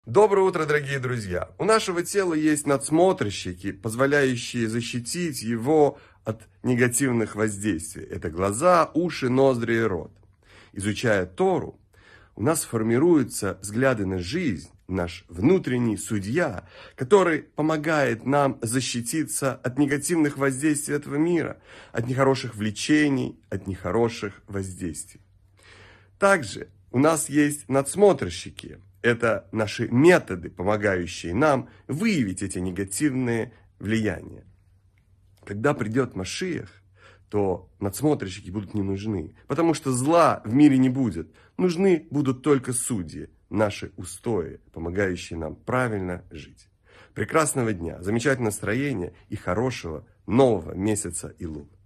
Доброе утро, дорогие друзья! У нашего тела есть надсмотрщики, позволяющие защитить его от негативных воздействий. Это глаза, уши, ноздри и рот. Изучая Тору, у нас формируются взгляды на жизнь, наш внутренний судья, который помогает нам защититься от негативных воздействий этого мира, от нехороших влечений, от нехороших воздействий. Также у нас есть надсмотрщики. Это наши методы, помогающие нам выявить эти негативные влияния. Когда придет Машиах, то надсмотрщики будут не нужны, потому что зла в мире не будет. Нужны будут только судьи, наши устои, помогающие нам правильно жить. Прекрасного дня, замечательного настроения и хорошего нового месяца Илул.